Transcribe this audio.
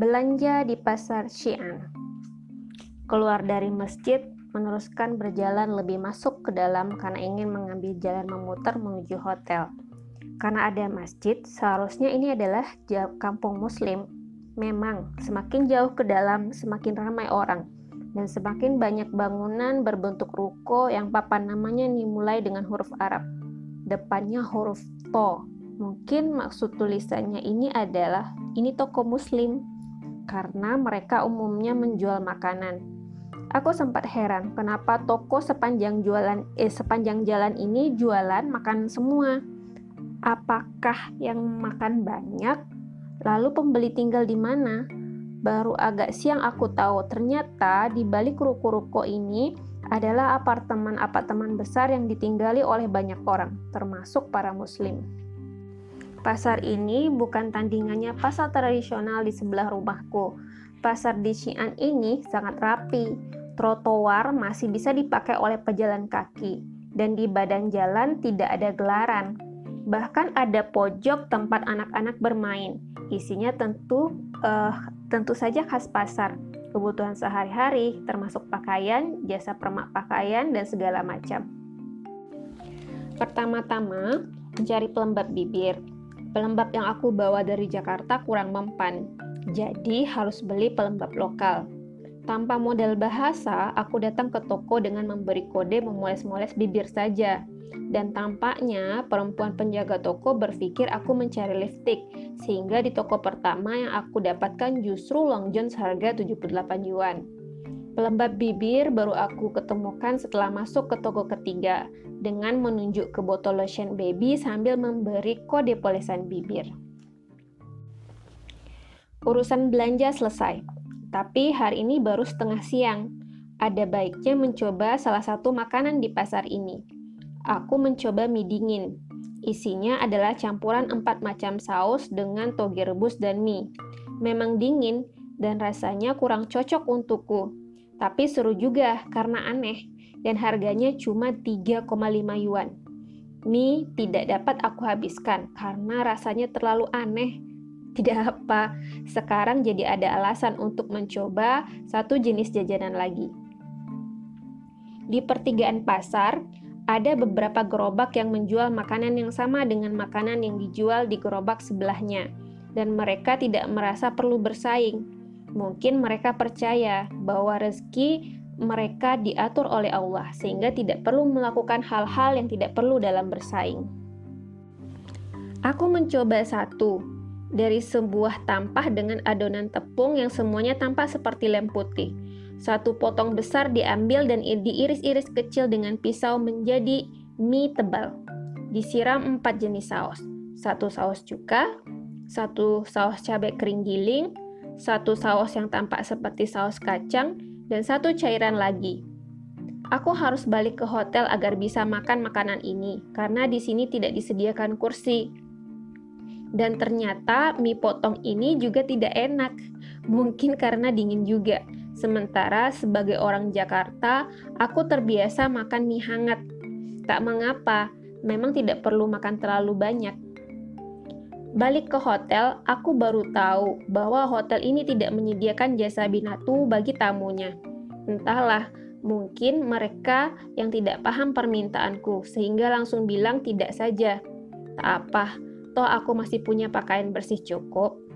Belanja di pasar Xi'an. Keluar dari masjid, meneruskan berjalan lebih masuk ke dalam karena ingin mengambil jalan memutar menuju hotel. Karena ada masjid, seharusnya ini adalah kampung muslim. Memang, semakin jauh ke dalam, semakin ramai orang. Dan semakin banyak bangunan berbentuk ruko yang papan namanya dimulai dengan huruf Arab. Depannya huruf To. Mungkin maksud tulisannya ini adalah, ini toko muslim. Karena mereka umumnya menjual makanan. Aku sempat heran kenapa toko sepanjang jalan ini jualan makanan semua. Apakah yang makan banyak? Lalu pembeli tinggal di mana? Baru agak siang aku tahu ternyata di balik ruko-ruko ini adalah apartemen-apartemen besar yang ditinggali oleh banyak orang, termasuk para muslim. Pasar ini bukan tandingannya pasar tradisional di sebelah rumahku. Pasar di Xi'an ini sangat rapi. Trotoar masih bisa dipakai oleh pejalan kaki. Dan di badan jalan tidak ada gelaran. Bahkan ada pojok tempat anak-anak bermain. Isinya tentu saja khas pasar. Kebutuhan sehari-hari, termasuk pakaian, jasa permak pakaian, dan segala macam. Pertama-tama, mencari pelembab bibir. Pelembab yang aku bawa dari Jakarta kurang mempan, jadi harus beli pelembab lokal. Tanpa modal bahasa, aku datang ke toko dengan memberi kode memoles-moles bibir saja. Dan tampaknya perempuan penjaga toko berpikir aku mencari lipstik, sehingga di toko pertama yang aku dapatkan justru Long John seharga 78 yuan. Pelembab bibir baru aku ketemukan setelah masuk ke toko ketiga, dengan menunjuk ke botol lotion baby sambil memberi kode polesan bibir. Urusan belanja selesai, tapi hari ini baru setengah siang. Ada baiknya mencoba salah satu makanan di pasar ini. Aku mencoba mie dingin. Isinya adalah campuran 4 macam saus dengan toge rebus dan mie. Memang dingin dan rasanya kurang cocok untukku. Tapi seru juga karena aneh dan harganya cuma 3,5 yuan. Mie tidak dapat aku habiskan karena rasanya terlalu aneh. Tidak apa, sekarang jadi ada alasan untuk mencoba satu jenis jajanan lagi. Di pertigaan pasar, ada beberapa gerobak yang menjual makanan yang sama dengan makanan yang dijual di gerobak sebelahnya, dan mereka tidak merasa perlu bersaing. Mungkin mereka percaya bahwa rezeki mereka diatur oleh Allah, sehingga tidak perlu melakukan hal-hal yang tidak perlu dalam bersaing. Aku mencoba satu dari sebuah tampah dengan adonan tepung yang semuanya tampak seperti lem putih. Satu potong besar diambil dan diiris-iris kecil dengan pisau menjadi mie tebal. Disiram 4 jenis saus. Satu saus cuka, satu saus cabai kering giling, satu saus yang tampak seperti saus kacang, dan satu cairan lagi. Aku harus balik ke hotel agar bisa makan makanan ini, karena di sini tidak disediakan kursi. Dan ternyata mie potong ini juga tidak enak, mungkin karena dingin juga. Sementara sebagai orang Jakarta, aku terbiasa makan mie hangat. Tak mengapa, memang tidak perlu makan terlalu banyak. Balik ke hotel, aku baru tahu bahwa hotel ini tidak menyediakan jasa binatu bagi tamunya. Entahlah, mungkin mereka yang tidak paham permintaanku sehingga langsung bilang tidak saja. Tak apa, toh aku masih punya pakaian bersih cukup.